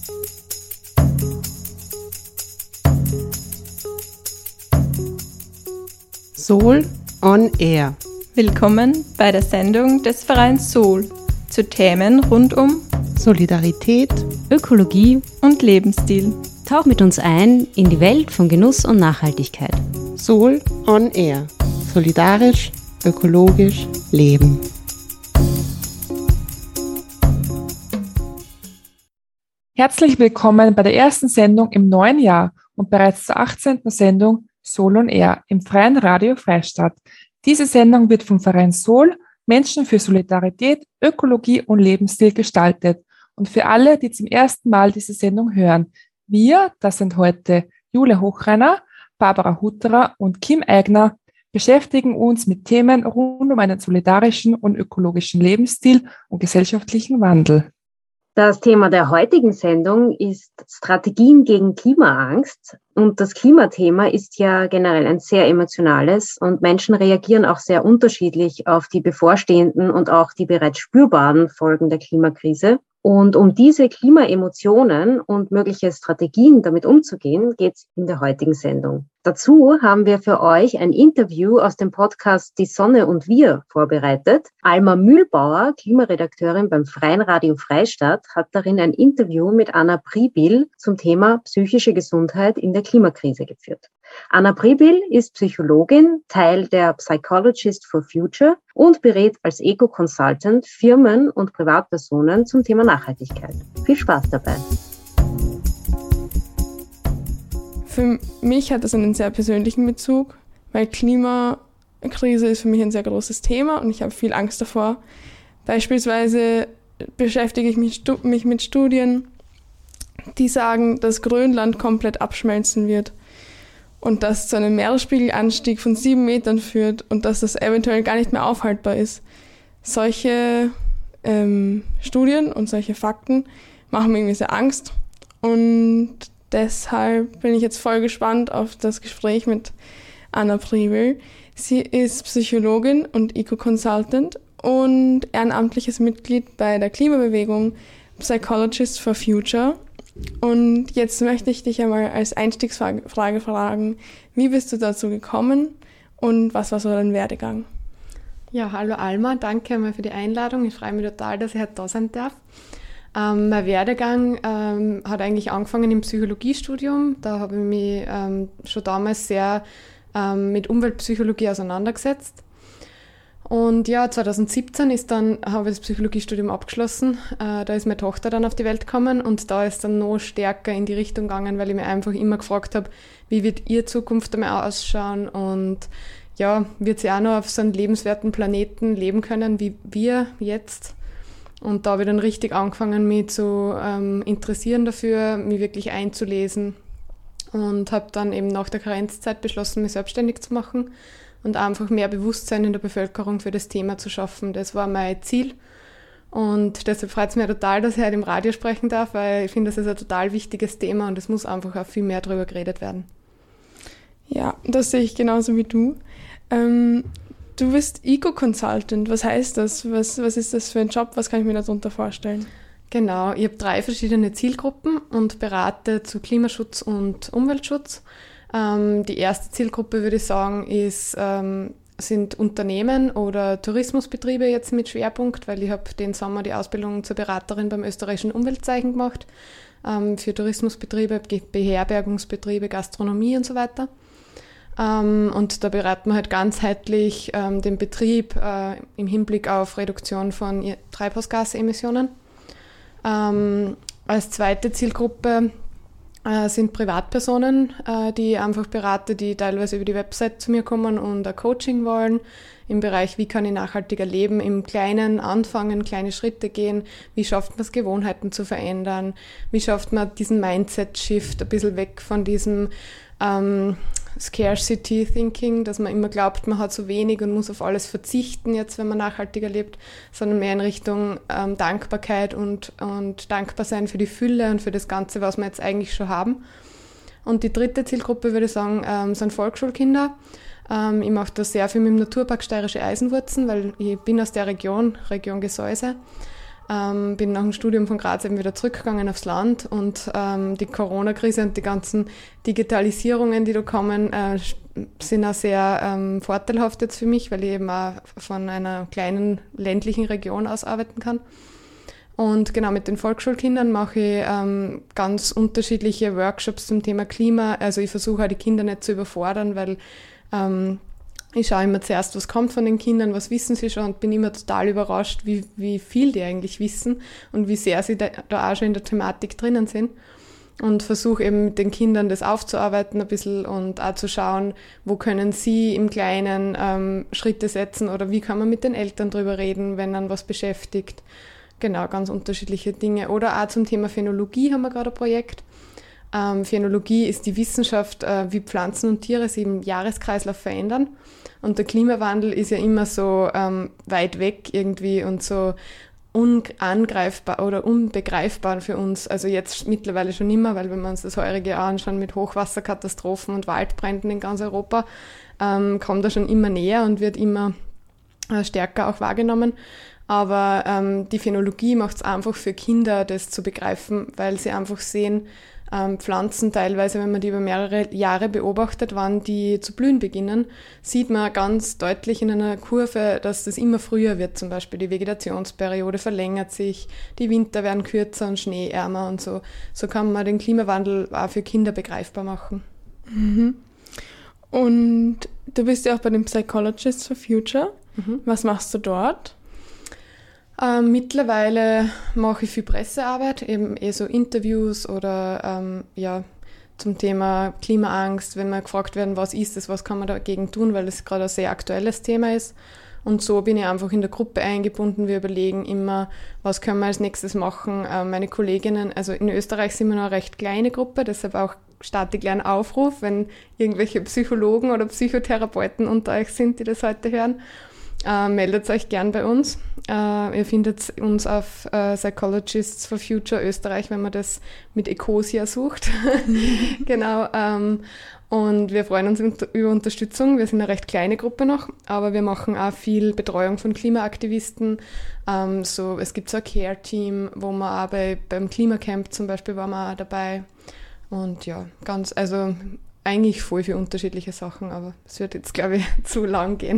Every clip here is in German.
Soul on Air. Willkommen bei der Sendung des Vereins Soul zu Themen rund um Solidarität, Ökologie und Lebensstil. Tauch mit uns ein in die Welt von Genuss und Nachhaltigkeit. Soul on Air. Solidarisch, ökologisch, leben. Herzlich willkommen bei der ersten Sendung im neuen Jahr und bereits zur 18. Sendung Soul on Air im Freien Radio Freistadt. Diese Sendung wird vom Verein Soul, Menschen für Solidarität, Ökologie und Lebensstil gestaltet. Und für alle, die zum ersten Mal diese Sendung hören, wir, das sind heute Jule Hochreiner, Barbara Hutterer und Kim Eigner, beschäftigen uns mit Themen rund um einen solidarischen und ökologischen Lebensstil und gesellschaftlichen Wandel. Das Thema der heutigen Sendung ist Strategien gegen Klimaangst. Und das Klimathema ist ja generell ein sehr emotionales und Menschen reagieren auch sehr unterschiedlich auf die bevorstehenden und auch die bereits spürbaren Folgen der Klimakrise. Und um diese Klimaemotionen und mögliche Strategien damit umzugehen, geht es in der heutigen Sendung. Dazu haben wir für euch ein Interview aus dem Podcast Die Sonne und wir vorbereitet. Alma Mühlbauer, Klimaredakteurin beim Freien Radio Freistadt, hat darin ein Interview mit Anna Pribil zum Thema psychische Gesundheit in der Klimakrise geführt. Anna Pribil ist Psychologin, Teil der Psychologist for Future und berät als Eco-Consultant Firmen und Privatpersonen zum Thema Nachhaltigkeit. Viel Spaß dabei! Für mich hat das einen sehr persönlichen Bezug, weil Klimakrise ist für mich ein sehr großes Thema und ich habe viel Angst davor. Beispielsweise beschäftige ich mich mit Studien, die sagen, dass Grönland komplett abschmelzen wird und das zu einem Meeresspiegelanstieg von 7 Metern führt und dass das eventuell gar nicht mehr aufhaltbar ist. Solche Studien und solche Fakten machen mir irgendwie sehr Angst und deshalb bin ich jetzt voll gespannt auf das Gespräch mit Anna Pribil. Sie ist Psychologin und Eco-Consultant und ehrenamtliches Mitglied bei der Klimabewegung Psychologist for Future. Und jetzt möchte ich dich einmal als Einstiegsfrage fragen, wie bist du dazu gekommen und was war so dein Werdegang? Ja, hallo Alma, danke einmal für die Einladung. Ich freue mich total, dass ich heute da sein darf. Mein Werdegang hat eigentlich angefangen im Psychologiestudium. Da habe ich mich schon damals sehr mit Umweltpsychologie auseinandergesetzt. Und ja, 2017 habe ich das Psychologiestudium abgeschlossen. Da ist meine Tochter dann auf die Welt gekommen und da ist dann noch stärker in die Richtung gegangen, weil ich mir einfach immer gefragt habe, wie wird ihre Zukunft einmal ausschauen und ja, wird sie auch noch auf so einem lebenswerten Planeten leben können, wie wir jetzt? Und da habe ich dann richtig angefangen, mich zu interessieren dafür, mich wirklich einzulesen und habe dann eben nach der Karenzzeit beschlossen, mich selbstständig zu machen und einfach mehr Bewusstsein in der Bevölkerung für das Thema zu schaffen. Das war mein Ziel und deshalb freut es mich total, dass ich heute im Radio sprechen darf, weil ich finde, das ist ein total wichtiges Thema und es muss einfach auch viel mehr darüber geredet werden. Ja, das sehe ich genauso wie du. Du bist Eco-Consultant. Was heißt das? Was ist das für ein Job? Was kann ich mir darunter vorstellen? Genau, ich habe 3 verschiedene Zielgruppen und berate zu Klimaschutz und Umweltschutz. Die erste Zielgruppe, würde ich sagen, sind Unternehmen oder Tourismusbetriebe jetzt mit Schwerpunkt, weil ich habe den Sommer die Ausbildung zur Beraterin beim österreichischen Umweltzeichen gemacht, für Tourismusbetriebe, Beherbergungsbetriebe, Gastronomie und so weiter. Und da beraten wir halt ganzheitlich den Betrieb im Hinblick auf Reduktion von Treibhausgasemissionen. Als zweite Zielgruppe sind Privatpersonen, die ich einfach berate, die teilweise über die Website zu mir kommen und ein Coaching wollen im Bereich, wie kann ich nachhaltiger leben, im Kleinen anfangen, kleine Schritte gehen, wie schafft man es, Gewohnheiten zu verändern, wie schafft man diesen Mindset-Shift ein bisschen weg von diesem Scarcity Thinking, dass man immer glaubt, man hat so wenig und muss auf alles verzichten jetzt, wenn man nachhaltiger lebt, sondern mehr in Richtung Dankbarkeit und dankbar sein für die Fülle und für das Ganze, was wir jetzt eigentlich schon haben. Und die dritte Zielgruppe, würde ich sagen, sind Volksschulkinder. Ich mache da sehr viel mit dem Naturpark Steirische Eisenwurzen, weil ich bin aus der Region Gesäuse. Bin nach dem Studium von Graz eben wieder zurückgegangen aufs Land und die Corona-Krise und die ganzen Digitalisierungen, die da kommen, sind auch sehr vorteilhaft jetzt für mich, weil ich eben auch von einer kleinen ländlichen Region aus arbeiten kann. Und genau, mit den Volksschulkindern mache ich ganz unterschiedliche Workshops zum Thema Klima. Also ich versuche auch die Kinder nicht zu überfordern, weil ich schaue immer zuerst, was kommt von den Kindern, was wissen sie schon und bin immer total überrascht, wie viel die eigentlich wissen und wie sehr sie da auch schon in der Thematik drinnen sind. Und versuche eben mit den Kindern das aufzuarbeiten ein bisschen und auch zu schauen, wo können sie im Kleinen Schritte setzen oder wie kann man mit den Eltern drüber reden, wenn dann was beschäftigt. Genau, ganz unterschiedliche Dinge. Oder auch zum Thema Phänologie haben wir gerade ein Projekt. Phänologie ist die Wissenschaft, wie Pflanzen und Tiere sich im Jahreskreislauf verändern. Und der Klimawandel ist ja immer so weit weg irgendwie und so unangreifbar oder unbegreifbar für uns. Also jetzt mittlerweile schon immer, weil wenn wir uns das heurige Jahr anschauen mit Hochwasserkatastrophen und Waldbränden in ganz Europa, kommt er schon immer näher und wird immer stärker auch wahrgenommen. Aber die Phänologie macht es einfach für Kinder, das zu begreifen, weil sie einfach sehen, Pflanzen teilweise, wenn man die über mehrere Jahre beobachtet, wann die zu blühen beginnen, sieht man ganz deutlich in einer Kurve, dass das immer früher wird. Zum Beispiel die Vegetationsperiode verlängert sich, die Winter werden kürzer und schneeärmer und so. So kann man den Klimawandel auch für Kinder begreifbar machen. Mhm. Und du bist ja auch bei den Psychologists for Future. Mhm. Was machst du dort? Mittlerweile mache ich viel Pressearbeit, eben so Interviews oder zum Thema Klimaangst, wenn wir gefragt werden, was ist es, was kann man dagegen tun, weil das gerade ein sehr aktuelles Thema ist. Und so bin ich einfach in der Gruppe eingebunden. Wir überlegen immer, was können wir als nächstes machen. Meine Kolleginnen, also in Österreich sind wir noch eine recht kleine Gruppe, deshalb auch starte ich gleich einen Aufruf, wenn irgendwelche Psychologen oder Psychotherapeuten unter euch sind, die das heute hören. Meldet euch gern bei uns. Ihr findet uns auf Psychologists for Future Österreich, wenn man das mit Ecosia sucht. Genau. Und wir freuen uns über Unterstützung. Wir sind eine recht kleine Gruppe noch, aber wir machen auch viel Betreuung von Klimaaktivisten. Es gibt so ein Care-Team, wo man auch beim Klimacamp zum Beispiel waren wir auch dabei. Und ja, also eigentlich voll für unterschiedliche Sachen, aber es wird jetzt, glaube ich, zu lang gehen.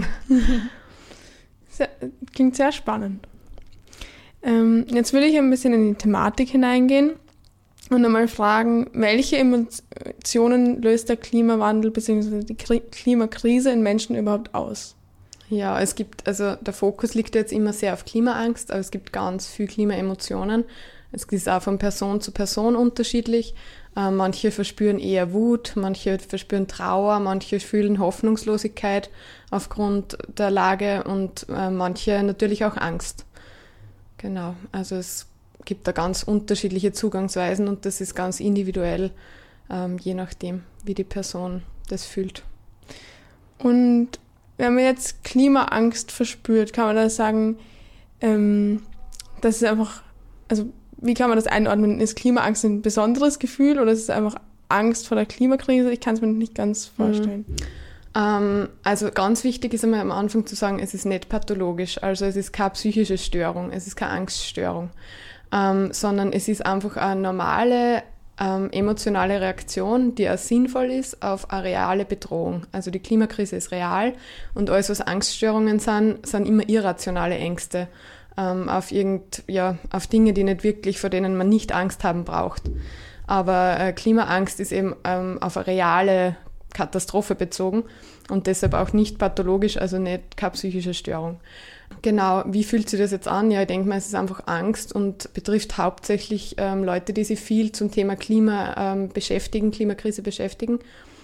Klingt sehr spannend. Jetzt will ich ein bisschen in die Thematik hineingehen und einmal fragen, welche Emotionen löst der Klimawandel bzw. die Klimakrise in Menschen überhaupt aus? Ja, der Fokus liegt jetzt immer sehr auf Klimaangst, aber es gibt ganz viel Klimaemotionen. Es ist auch von Person zu Person unterschiedlich. Manche verspüren eher Wut, manche verspüren Trauer, manche fühlen Hoffnungslosigkeit aufgrund der Lage und manche natürlich auch Angst. Genau, also es gibt da ganz unterschiedliche Zugangsweisen und das ist ganz individuell, je nachdem, wie die Person das fühlt. Und wenn man jetzt Klimaangst verspürt, kann man da sagen, das ist einfach, also wie kann man das einordnen? Ist Klimaangst ein besonderes Gefühl oder ist es einfach Angst vor der Klimakrise? Ich kann es mir nicht ganz vorstellen. Also ganz wichtig ist einmal am Anfang zu sagen, es ist nicht pathologisch. Also es ist keine psychische Störung, es ist keine Angststörung, sondern es ist einfach eine normale emotionale Reaktion, die auch sinnvoll ist auf eine reale Bedrohung. Also die Klimakrise ist real und alles, was Angststörungen sind immer irrationale Ängste. Auf Dinge, die nicht wirklich, vor denen man nicht Angst haben braucht. Aber Klimaangst ist eben auf eine reale Katastrophe bezogen und deshalb auch nicht pathologisch, also keine psychische Störung. Genau, wie fühlt sich das jetzt an? Ja, ich denke mal, es ist einfach Angst und betrifft hauptsächlich Leute, die sich viel zum Thema Klimakrise beschäftigen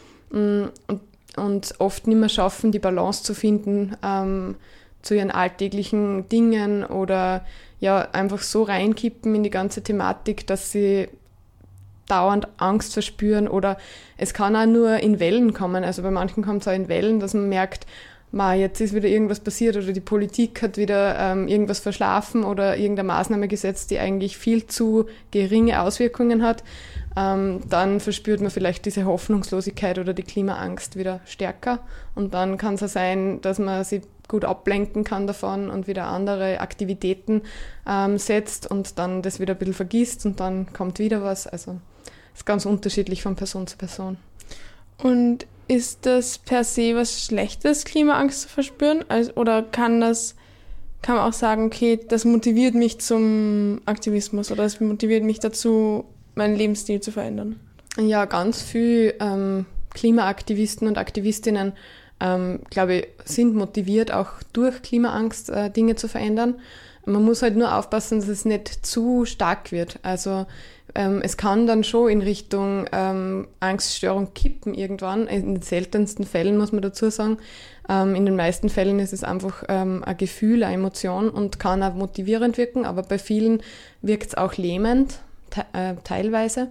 und oft nicht mehr schaffen, die Balance zu finden, zu ihren alltäglichen Dingen oder ja einfach so reinkippen in die ganze Thematik, dass sie dauernd Angst verspüren oder es kann auch nur in Wellen kommen. Also bei manchen kommt es auch in Wellen, dass man merkt, jetzt ist wieder irgendwas passiert oder die Politik hat wieder irgendwas verschlafen oder irgendeine Maßnahme gesetzt, die eigentlich viel zu geringe Auswirkungen hat. Dann verspürt man vielleicht diese Hoffnungslosigkeit oder die Klimaangst wieder stärker und dann kann es auch sein, dass man sich gut ablenken kann davon und wieder andere Aktivitäten setzt und dann das wieder ein bisschen vergisst und dann kommt wieder was. Also ist ganz unterschiedlich von Person zu Person. Und ist das per se was Schlechtes, Klimaangst zu verspüren? Oder kann man auch sagen, okay, das motiviert mich zum Aktivismus oder das motiviert mich dazu, meinen Lebensstil zu verändern? Ja, ganz viel Klimaaktivisten und Aktivistinnen, glaube ich, sind motiviert, auch durch Klimaangst Dinge zu verändern. Man muss halt nur aufpassen, dass es nicht zu stark wird. Also es kann dann schon in Richtung Angststörung kippen irgendwann. In den seltensten Fällen muss man dazu sagen. In den meisten Fällen ist es einfach ein Gefühl, eine Emotion und kann auch motivierend wirken, aber bei vielen wirkt es auch lähmend, teilweise.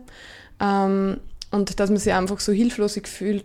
Und dass man sich einfach so hilflosig fühlt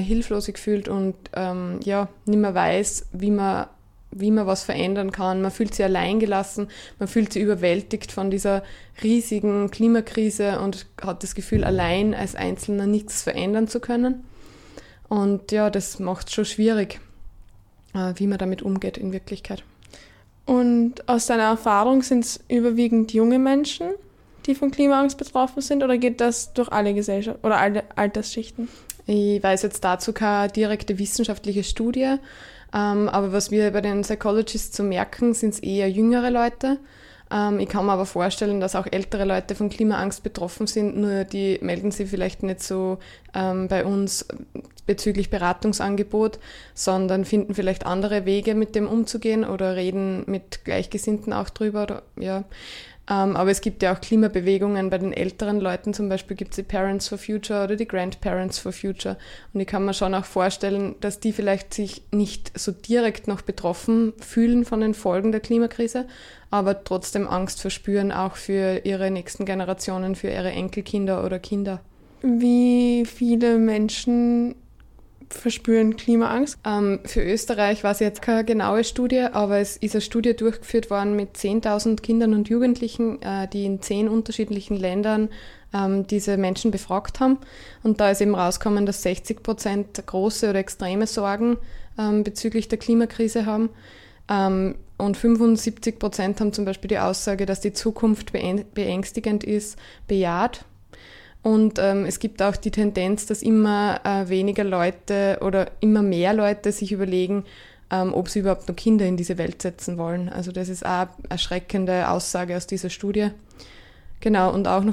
und nicht mehr weiß, wie man was verändern kann. Man fühlt sich alleingelassen, man fühlt sich überwältigt von dieser riesigen Klimakrise und hat das Gefühl, allein als Einzelner nichts verändern zu können. Und ja, das macht es schon schwierig, wie man damit umgeht in Wirklichkeit. Und aus deiner Erfahrung sind es überwiegend junge Menschen, die von Klimaangst betroffen sind, oder geht das durch alle Gesellschaften oder alle Altersschichten? Ich weiß jetzt dazu keine direkte wissenschaftliche Studie, aber was wir bei den Psychologists so merken, sind es eher jüngere Leute. Ich kann mir aber vorstellen, dass auch ältere Leute von Klimaangst betroffen sind, nur die melden sich vielleicht nicht so bei uns bezüglich Beratungsangebot, sondern finden vielleicht andere Wege, mit dem umzugehen oder reden mit Gleichgesinnten auch drüber. Oder, ja. Aber es gibt ja auch Klimabewegungen bei den älteren Leuten, zum Beispiel gibt es die Parents for Future oder die Grandparents for Future. Und ich kann mir schon auch vorstellen, dass die vielleicht sich nicht so direkt noch betroffen fühlen von den Folgen der Klimakrise, aber trotzdem Angst verspüren, auch für ihre nächsten Generationen, für ihre Enkelkinder oder Kinder. Wie viele Menschen verspüren Klimaangst? Für Österreich war es jetzt keine genaue Studie, aber es ist eine Studie durchgeführt worden mit 10.000 Kindern und Jugendlichen, die in 10 unterschiedlichen Ländern diese Menschen befragt haben. Und da ist eben rausgekommen, dass 60% große oder extreme Sorgen bezüglich der Klimakrise haben. Und 75% haben zum Beispiel die Aussage, dass die Zukunft beängstigend ist, bejaht. Und es gibt auch die Tendenz, dass immer weniger Leute oder immer mehr Leute sich überlegen, ob sie überhaupt noch Kinder in diese Welt setzen wollen. Also das ist auch eine erschreckende Aussage aus dieser Studie. Genau, und auch noch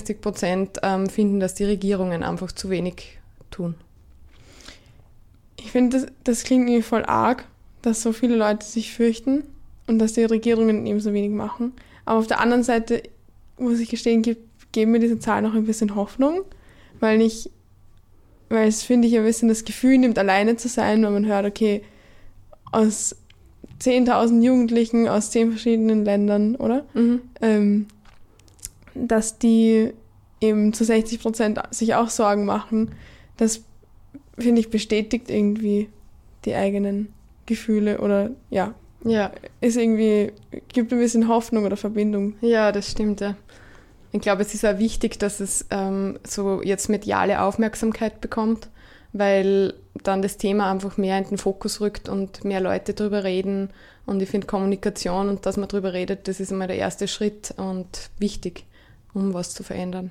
65% finden, dass die Regierungen einfach zu wenig tun. Ich finde, das klingt irgendwie voll arg, dass so viele Leute sich fürchten und dass die Regierungen eben so wenig machen. Aber auf der anderen Seite, muss ich gestehen, geben mir diese Zahlen noch ein bisschen Hoffnung, weil es, finde ich, ein bisschen das Gefühl nimmt, alleine zu sein, wenn man hört, okay, aus 10.000 Jugendlichen aus 10 verschiedenen Ländern, oder? Mhm. Dass die eben zu 60% sich auch Sorgen machen, das, finde ich, bestätigt irgendwie die eigenen Gefühle oder ja, ist irgendwie, gibt ein bisschen Hoffnung oder Verbindung. Ja, das stimmt, ja. Ich glaube, es ist auch wichtig, dass es so jetzt mediale Aufmerksamkeit bekommt, weil dann das Thema einfach mehr in den Fokus rückt und mehr Leute darüber reden. Und ich finde Kommunikation und dass man darüber redet, das ist einmal der erste Schritt und wichtig, um was zu verändern.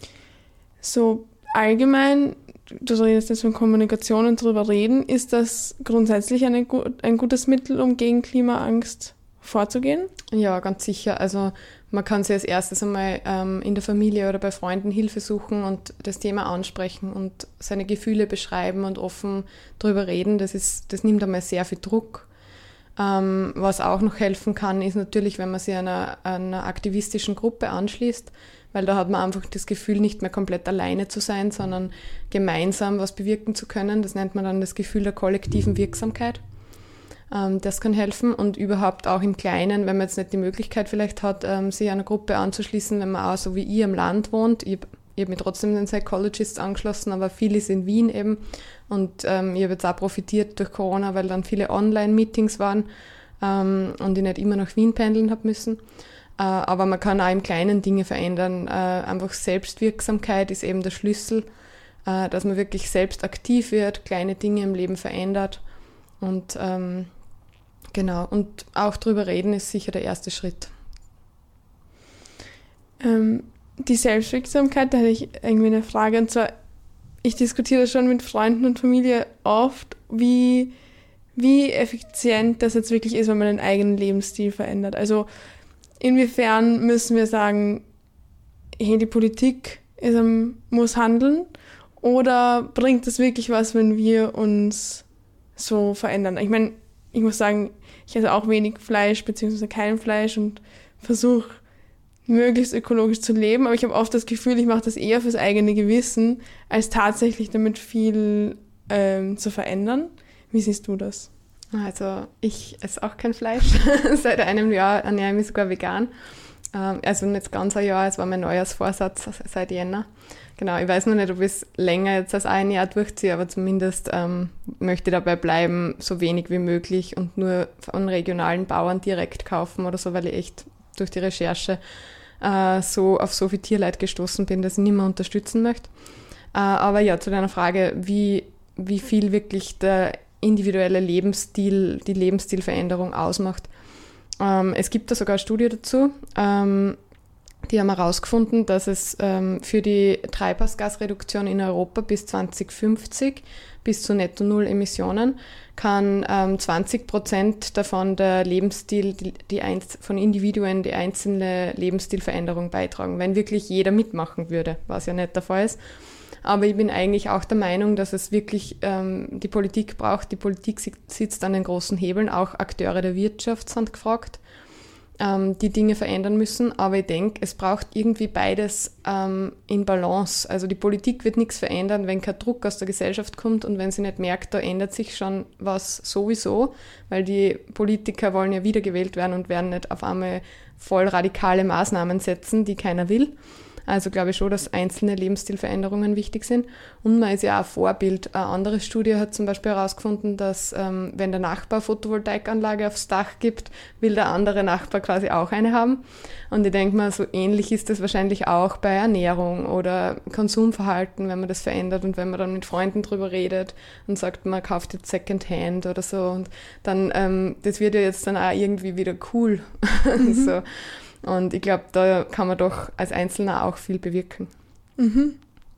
So allgemein, du redest jetzt von Kommunikation und darüber reden, ist das grundsätzlich ein gutes Mittel, um gegen Klimaangst vorzugehen? Ja, ganz sicher. Also man kann sich als erstes einmal in der Familie oder bei Freunden Hilfe suchen und das Thema ansprechen und seine Gefühle beschreiben und offen darüber reden. Das nimmt einmal sehr viel Druck. Was auch noch helfen kann, ist natürlich, wenn man sich einer aktivistischen Gruppe anschließt, weil da hat man einfach das Gefühl, nicht mehr komplett alleine zu sein, sondern gemeinsam was bewirken zu können. Das nennt man dann das Gefühl der kollektiven Wirksamkeit. Das kann helfen und überhaupt auch im Kleinen, wenn man jetzt nicht die Möglichkeit vielleicht hat, sich einer Gruppe anzuschließen, wenn man auch so wie ich am Land wohnt. Ich habe mich trotzdem den Psychologists angeschlossen, aber viel ist in Wien eben und ich habe jetzt auch profitiert durch Corona, weil dann viele Online-Meetings waren und ich nicht immer nach Wien pendeln habe müssen. Aber man kann auch im Kleinen Dinge verändern. Einfach Selbstwirksamkeit ist eben der Schlüssel, dass man wirklich selbst aktiv wird, kleine Dinge im Leben verändert und Genau, und auch drüber reden ist sicher der erste Schritt. Die Selbstwirksamkeit, da hätte ich irgendwie eine Frage, und zwar, ich diskutiere das schon mit Freunden und Familie oft, wie effizient das jetzt wirklich ist, wenn man den eigenen Lebensstil verändert. Also inwiefern müssen wir sagen, hey, die Politik muss handeln, oder bringt es wirklich was, wenn wir uns so verändern? Ich meine, ich muss sagen, ich esse auch wenig Fleisch, beziehungsweise kein Fleisch und versuche möglichst ökologisch zu leben, aber ich habe oft das Gefühl, ich mache das eher fürs eigene Gewissen, als tatsächlich damit viel zu verändern. Wie siehst du das? Also ich esse auch kein Fleisch. Seit einem Jahr ernähre ich mich sogar vegan. Also nicht ganz ein Jahr, es war mein Neujahrsvorsatz seit Jänner. Genau, ich weiß noch nicht, ob ich es länger jetzt als ein Jahr durchziehe, aber zumindest möchte ich dabei bleiben, so wenig wie möglich und nur von regionalen Bauern direkt kaufen oder so, weil ich echt durch die Recherche so auf so viel Tierleid gestoßen bin, dass ich nicht mehr unterstützen möchte. Aber ja, zu deiner Frage, wie viel wirklich der individuelle Lebensstil, die Lebensstilveränderung ausmacht. Es gibt da sogar eine Studie dazu, die haben herausgefunden, dass es für die Treibhausgasreduktion in Europa bis 2050 bis zu netto Null Emissionen kann 20% davon der Lebensstil, von Individuen die einzelne Lebensstilveränderung beitragen, wenn wirklich jeder mitmachen würde, was ja nicht der Fall ist. Aber ich bin eigentlich auch der Meinung, dass es wirklich die Politik braucht. Die Politik sitzt an den großen Hebeln, auch Akteure der Wirtschaft sind gefragt, die Dinge verändern müssen. Aber ich denke, es braucht irgendwie beides in Balance. Also die Politik wird nichts verändern, wenn kein Druck aus der Gesellschaft kommt und wenn sie nicht merkt, da ändert sich schon was sowieso, weil die Politiker wollen ja wiedergewählt werden und werden nicht auf einmal voll radikale Maßnahmen setzen, die keiner will. Also glaube ich schon, dass einzelne Lebensstilveränderungen wichtig sind. Und man ist ja auch ein Vorbild. Eine andere Studie hat zum Beispiel herausgefunden, dass wenn der Nachbar Photovoltaikanlage aufs Dach gibt, will der andere Nachbar quasi auch eine haben. Und ich denke mal, so ähnlich ist das wahrscheinlich auch bei Ernährung oder Konsumverhalten, wenn man das verändert und wenn man dann mit Freunden drüber redet und sagt, man kauft jetzt Secondhand oder so. Und dann, das wird ja jetzt dann auch irgendwie wieder cool. So. Und ich glaube, da kann man doch als Einzelner auch viel bewirken. Mhm.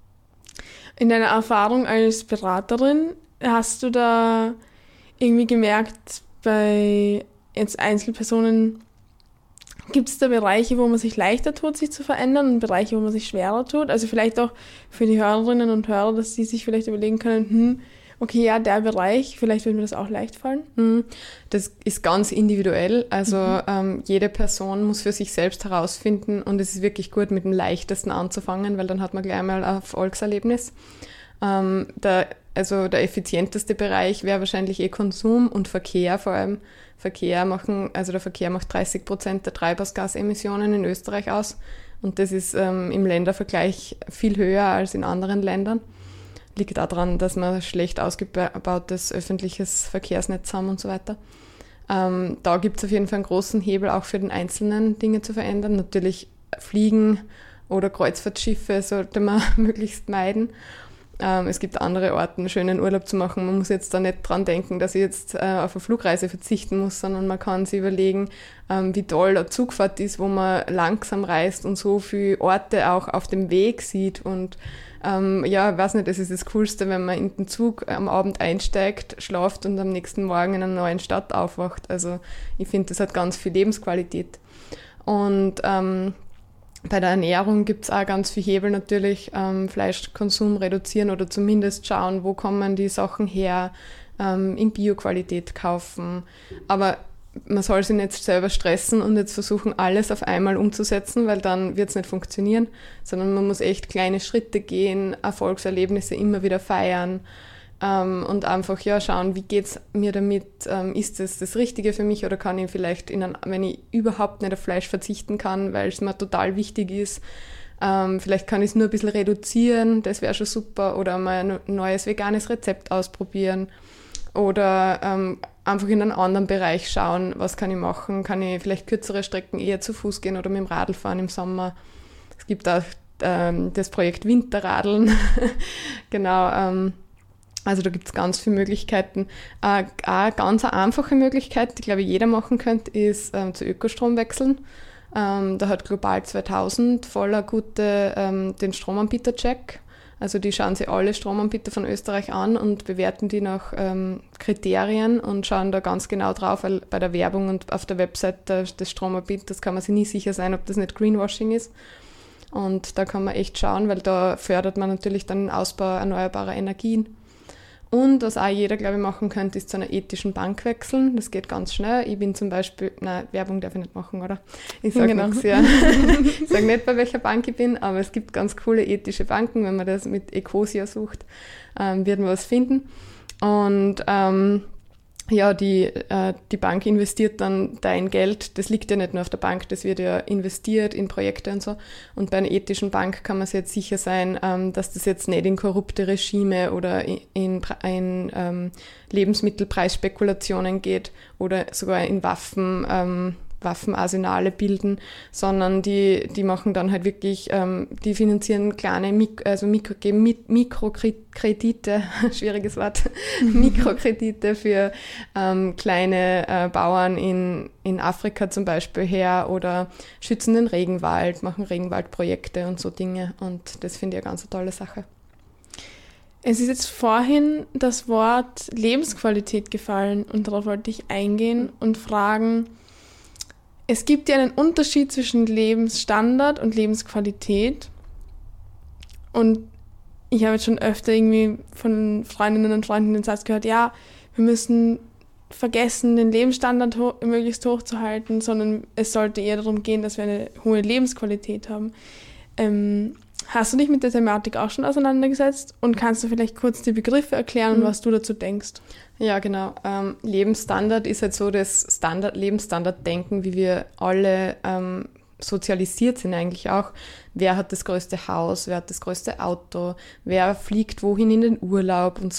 In deiner Erfahrung als Beraterin, hast du da irgendwie gemerkt, bei jetzt Einzelpersonen, gibt es da Bereiche, wo man sich leichter tut, sich zu verändern und Bereiche, wo man sich schwerer tut? Also vielleicht auch für die Hörerinnen und Hörer, dass sie sich vielleicht überlegen können, okay, ja, der Bereich, vielleicht wird mir das auch leicht fallen. Das ist ganz individuell. Also jede Person muss für sich selbst herausfinden und es ist wirklich gut, mit dem Leichtesten anzufangen, weil dann hat man gleich mal ein Erfolgserlebnis. Der effizienteste Bereich wäre wahrscheinlich Konsum und Verkehr vor allem. Der Verkehr macht 30% der Treibhausgasemissionen in Österreich aus und das ist im Ländervergleich viel höher als in anderen Ländern. Liegt daran, dass wir schlecht ausgebautes öffentliches Verkehrsnetz haben und so weiter. Da gibt es auf jeden Fall einen großen Hebel auch für den Einzelnen, Dinge zu verändern. Natürlich Fliegen oder Kreuzfahrtschiffe sollte man möglichst meiden. Es gibt andere Orte, einen schönen Urlaub zu machen. Man muss jetzt da nicht dran denken, dass ich jetzt auf eine Flugreise verzichten muss, sondern man kann sich überlegen, wie toll eine Zugfahrt ist, wo man langsam reist und so viele Orte auch auf dem Weg sieht. Und ich weiß nicht, es ist das Coolste, wenn man in den Zug am Abend einsteigt, schlaft und am nächsten Morgen in einer neuen Stadt aufwacht. Also ich finde, das hat ganz viel Lebensqualität. Und bei der Ernährung gibt es auch ganz viel Hebel natürlich, Fleischkonsum reduzieren oder zumindest schauen, wo kommen die Sachen her, in Bioqualität kaufen. Aber man soll sich nicht selber stressen und jetzt versuchen, alles auf einmal umzusetzen, weil dann wird es nicht funktionieren, sondern man muss echt kleine Schritte gehen, Erfolgserlebnisse immer wieder feiern und einfach schauen, wie geht es mir damit, ist das Richtige für mich oder kann ich vielleicht, wenn ich überhaupt nicht auf Fleisch verzichten kann, weil es mir total wichtig ist, vielleicht kann ich es nur ein bisschen reduzieren, das wäre schon super, oder mal ein neues veganes Rezept ausprobieren oder einfach in einen anderen Bereich schauen, was kann ich machen, kann ich vielleicht kürzere Strecken eher zu Fuß gehen oder mit dem Radl fahren im Sommer. Es gibt auch das Projekt Winterradeln, genau, Also da gibt es ganz viele Möglichkeiten. Eine ganz einfache Möglichkeit, die, glaube ich, jeder machen könnte, ist zu Ökostrom wechseln. Da hat Global 2000 voller gute den Stromanbieter-Check. Also die schauen sich alle Stromanbieter von Österreich an und bewerten die nach Kriterien und schauen da ganz genau drauf, weil bei der Werbung und auf der Website des Stromanbieters kann man sich nie sicher sein, ob das nicht Greenwashing ist. Und da kann man echt schauen, weil da fördert man natürlich dann den Ausbau erneuerbarer Energien. Und was auch jeder, glaube ich, machen könnte, ist zu einer ethischen Bank wechseln. Das geht ganz schnell. Ich bin zum Beispiel, Werbung darf ich nicht machen, oder? Ich sage nichts, ja. Ich sage nicht, bei welcher Bank ich bin, aber es gibt ganz coole ethische Banken. Wenn man das mit Ecosia sucht, wird man was finden. Und die Bank investiert dann dein Geld, das liegt ja nicht nur auf der Bank, das wird ja investiert in Projekte und so. Und bei einer ethischen Bank kann man sich jetzt sicher sein, dass das jetzt nicht in korrupte Regime oder in Lebensmittelpreisspekulationen geht oder sogar in Waffenarsenale bilden, sondern die machen dann halt wirklich, die finanzieren kleine, geben Mikrokredite, schwieriges Wort, Mikrokredite für kleine Bauern in Afrika zum Beispiel her oder schützen den Regenwald, machen Regenwaldprojekte und so Dinge und das finde ich eine ganz tolle Sache. Es ist jetzt vorhin das Wort Lebensqualität gefallen und darauf wollte ich eingehen und fragen, es gibt ja einen Unterschied zwischen Lebensstandard und Lebensqualität. Und ich habe jetzt schon öfter irgendwie von Freundinnen und Freunden den Satz gehört, ja, wir müssen vergessen, den Lebensstandard möglichst hoch zu halten, sondern es sollte eher darum gehen, dass wir eine hohe Lebensqualität haben. Hast du dich mit der Thematik auch schon auseinandergesetzt und kannst du vielleicht kurz die Begriffe erklären und was du dazu denkst? Ja, genau. Lebensstandard ist halt so das Lebensstandarddenken, wie wir alle sozialisiert sind eigentlich auch. Wer hat das größte Haus, wer hat das größte Auto, wer fliegt wohin in den Urlaub und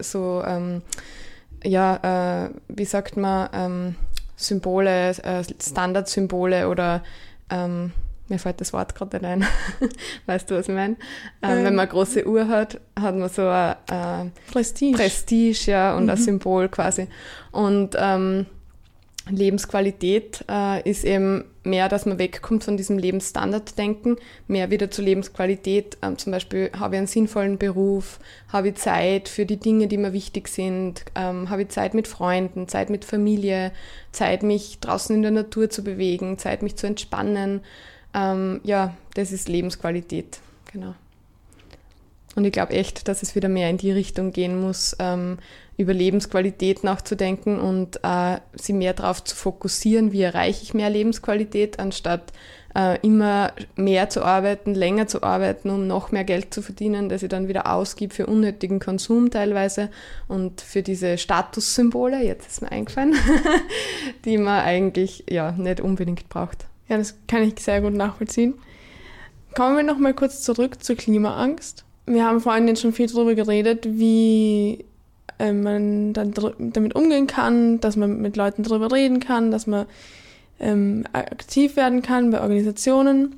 wie sagt man, Symbole, Standardsymbole oder mir fällt das Wort gerade nicht ein. Weißt du, was ich meine? Wenn man eine große Uhr hat man so ein Prestige, ja, und ein Symbol quasi. Und Lebensqualität ist eben mehr, dass man wegkommt von diesem Lebensstandarddenken, mehr wieder zur Lebensqualität. Zum Beispiel, habe ich einen sinnvollen Beruf, habe ich Zeit für die Dinge, die mir wichtig sind, habe ich Zeit mit Freunden, Zeit mit Familie, Zeit, mich draußen in der Natur zu bewegen, Zeit, mich zu entspannen. Das ist Lebensqualität, genau. Und ich glaube echt, dass es wieder mehr in die Richtung gehen muss, über Lebensqualität nachzudenken und sich mehr darauf zu fokussieren, wie erreiche ich mehr Lebensqualität, anstatt immer mehr zu arbeiten, länger zu arbeiten, um noch mehr Geld zu verdienen, das ich dann wieder ausgib für unnötigen Konsum teilweise und für diese Statussymbole, jetzt ist mir eingefallen, die man eigentlich nicht unbedingt braucht. Ja, das kann ich sehr gut nachvollziehen. Kommen wir noch mal kurz zurück zur Klimaangst. Wir haben vorhin jetzt schon viel darüber geredet, wie man dann damit umgehen kann, dass man mit Leuten darüber reden kann, dass man aktiv werden kann bei Organisationen.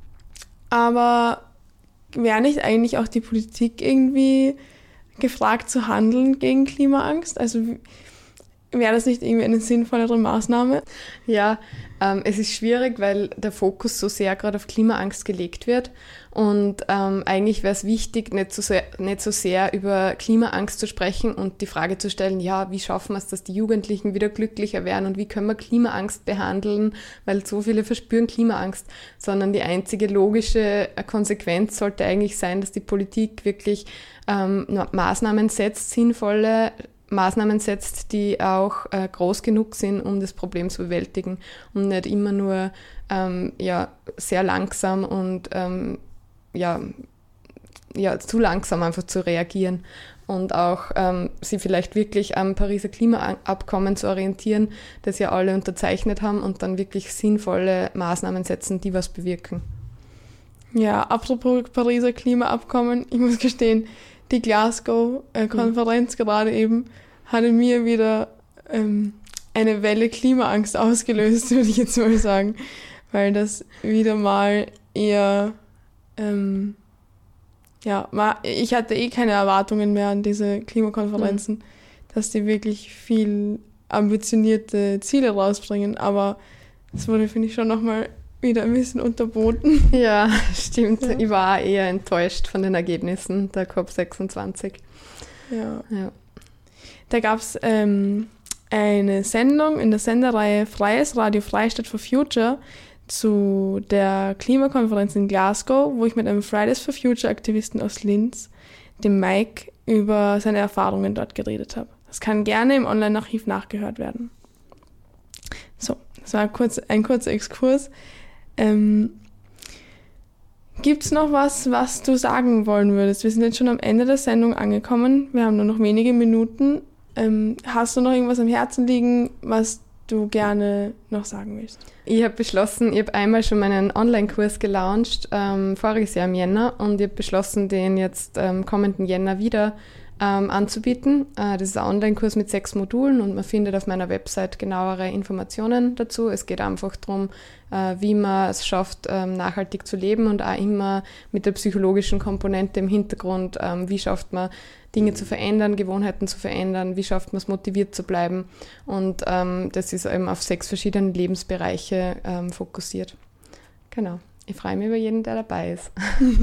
Aber wäre nicht eigentlich auch die Politik irgendwie gefragt zu handeln gegen Klimaangst? Also wäre das nicht irgendwie eine sinnvollere Maßnahme? Ja, es ist schwierig, weil der Fokus so sehr gerade auf Klimaangst gelegt wird und eigentlich wäre es wichtig, nicht so sehr über Klimaangst zu sprechen und die Frage zu stellen, ja, wie schaffen wir es, dass die Jugendlichen wieder glücklicher werden und wie können wir Klimaangst behandeln, weil so viele verspüren Klimaangst, sondern die einzige logische Konsequenz sollte eigentlich sein, dass die Politik wirklich Maßnahmen setzt, sinnvolle Maßnahmen setzt, die auch groß genug sind, um das Problem zu bewältigen und nicht immer nur sehr langsam und zu langsam einfach zu reagieren und auch sie vielleicht wirklich am Pariser Klimaabkommen zu orientieren, das ja alle unterzeichnet haben und dann wirklich sinnvolle Maßnahmen setzen, die was bewirken. Ja, apropos Pariser Klimaabkommen, ich muss gestehen, die Glasgow-Konferenz gerade eben hatte mir wieder eine Welle Klimaangst ausgelöst, würde ich jetzt mal sagen, weil das wieder mal eher ich hatte keine Erwartungen mehr an diese Klimakonferenzen, dass die wirklich viel ambitionierte Ziele rausbringen, aber es wurde, finde ich, schon nochmal wieder ein bisschen unterboten. Ja, stimmt. Ja. Ich war auch eher enttäuscht von den Ergebnissen der COP26. Ja. Ja. Da gab es eine Sendung in der Sendereihe Freies Radio Freistadt for Future zu der Klimakonferenz in Glasgow, wo ich mit einem Fridays for Future Aktivisten aus Linz, dem Mike, über seine Erfahrungen dort geredet habe. Das kann gerne im Online-Archiv nachgehört werden. So, das war ein kurzer Exkurs. Gibt es noch was du sagen wollen würdest? Wir sind jetzt schon am Ende der Sendung angekommen. Wir haben nur noch wenige Minuten. Hast du noch irgendwas am Herzen liegen, was du gerne noch sagen willst? Ich habe beschlossen, ich habe einmal schon meinen Online-Kurs gelauncht, voriges Jahr im Jänner, und ich habe beschlossen, den jetzt kommenden Jänner wieder anzubieten. Das ist ein Online-Kurs mit 6 Modulen und man findet auf meiner Website genauere Informationen dazu. Es geht einfach darum, wie man es schafft, nachhaltig zu leben, und auch immer mit der psychologischen Komponente im Hintergrund, wie schafft man Dinge zu verändern, Gewohnheiten zu verändern, wie schafft man es, motiviert zu bleiben. Und das ist eben auf 6 verschiedene Lebensbereiche fokussiert. Genau. Ich freue mich über jeden, der dabei ist.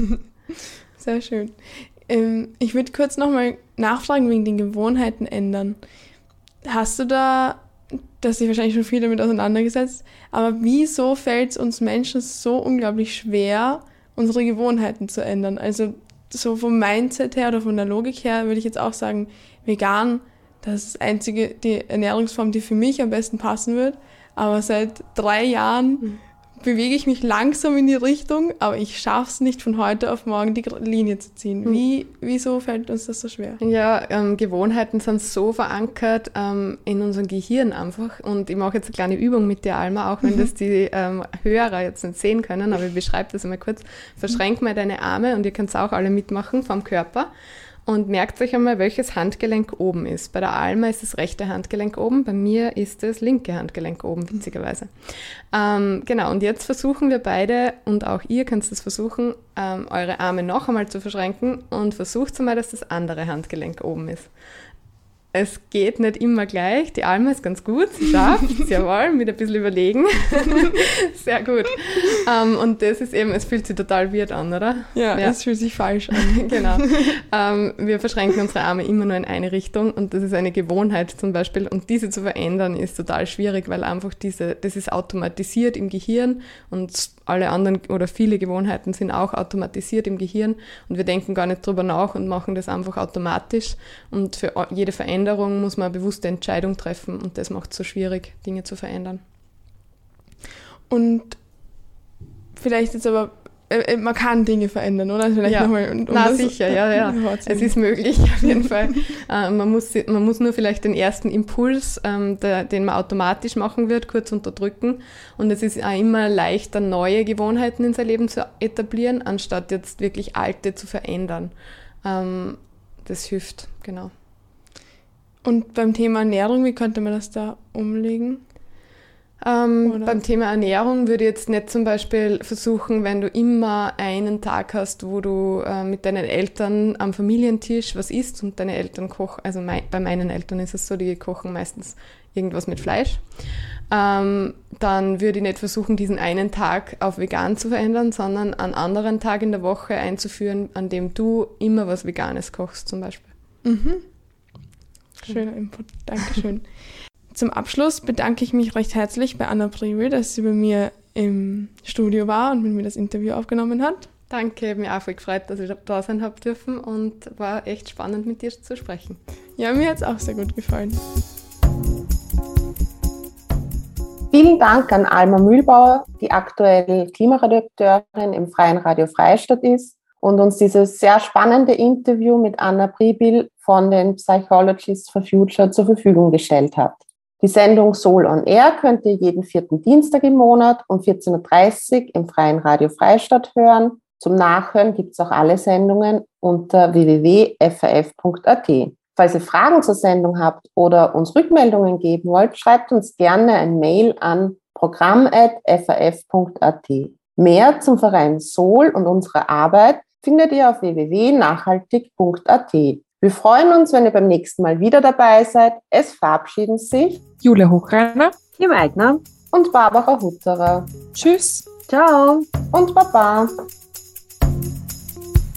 Sehr schön. Ich würde kurz nochmal nachfragen wegen den Gewohnheiten ändern. Hast du da, dass sich wahrscheinlich schon viel damit auseinandergesetzt, aber wieso fällt es uns Menschen so unglaublich schwer, unsere Gewohnheiten zu ändern? Also so vom Mindset her oder von der Logik her würde ich jetzt auch sagen, vegan, das ist die Ernährungsform, die für mich am besten passen wird. Aber seit 3 Jahren bewege ich mich langsam in die Richtung, aber ich schaffe es nicht, von heute auf morgen die Linie zu ziehen. Wieso fällt uns das so schwer? Ja, Gewohnheiten sind so verankert in unserem Gehirn einfach. Und ich mache jetzt eine kleine Übung mit dir, Alma, auch wenn das die Hörer jetzt nicht sehen können, aber ich beschreibe das einmal kurz. Verschränk mal deine Arme, und ihr könnt es auch alle mitmachen, vom Körper. Und merkt euch einmal, welches Handgelenk oben ist. Bei der Alma ist das rechte Handgelenk oben, bei mir ist das linke Handgelenk oben, witzigerweise. Genau, und jetzt versuchen wir beide, und auch ihr könnt es versuchen, eure Arme noch einmal zu verschränken, und versucht einmal, dass das andere Handgelenk oben ist. Es geht nicht immer gleich. Die Alma ist ganz gut, sie schafft es, jawohl, mit ein bisschen Überlegen. Sehr gut. Und das ist eben, es fühlt sich total weird an, oder? Ja, es fühlt sich falsch an. Genau. Wir verschränken unsere Arme immer nur in eine Richtung, und das ist eine Gewohnheit zum Beispiel. Und diese zu verändern ist total schwierig, weil einfach das ist automatisiert im Gehirn, und alle anderen oder viele Gewohnheiten sind auch automatisiert im Gehirn, und wir denken gar nicht drüber nach und machen das einfach automatisch. Und für jede Veränderung muss man eine bewusste Entscheidung treffen, und das macht es so schwierig, Dinge zu verändern. Und vielleicht jetzt aber, man kann Dinge verändern, oder? Vielleicht ja, nochmal, sicher, ja. Es ist möglich, auf jeden Fall. Man muss nur vielleicht den ersten Impuls, den man automatisch machen wird, kurz unterdrücken. Und es ist auch immer leichter, neue Gewohnheiten in sein Leben zu etablieren, anstatt jetzt wirklich alte zu verändern. Das hilft, genau. Und beim Thema Ernährung, wie könnte man das da umlegen? Beim Thema Ernährung würde ich jetzt nicht zum Beispiel versuchen, wenn du immer einen Tag hast, wo du mit deinen Eltern am Familientisch was isst und deine Eltern kochen, also bei meinen Eltern ist es so, die kochen meistens irgendwas mit Fleisch, dann würde ich nicht versuchen, diesen einen Tag auf vegan zu verändern, sondern einen anderen Tag in der Woche einzuführen, an dem du immer was Veganes kochst zum Beispiel. Schöner Input, Dankeschön. Zum Abschluss bedanke ich mich recht herzlich bei Anna Priebel, dass sie bei mir im Studio war und mit mir das Interview aufgenommen hat. Danke, mich auch voll gefreut, dass ich da sein habe dürfen, und war echt spannend, mit dir zu sprechen. Ja, mir hat es auch sehr gut gefallen. Vielen Dank an Alma Mühlbauer, die aktuell Klimaredakteurin im Freien Radio Freistadt ist und uns dieses sehr spannende Interview mit Anna Priebel von den Psychologists for Future zur Verfügung gestellt hat. Die Sendung Soul on Air könnt ihr jeden 4. Dienstag im Monat um 14.30 Uhr im Freien Radio Freistadt hören. Zum Nachhören gibt es auch alle Sendungen unter www.frf.at. Falls ihr Fragen zur Sendung habt oder uns Rückmeldungen geben wollt, schreibt uns gerne ein Mail an programm@frf.at. Mehr zum Verein Soul und unserer Arbeit findet ihr auf www.nachhaltig.at. Wir freuen uns, wenn ihr beim nächsten Mal wieder dabei seid. Es verabschieden sich Julia Hochreiner, Kim Eigner und Barbara Hutterer. tschüss. Ciao Und Baba.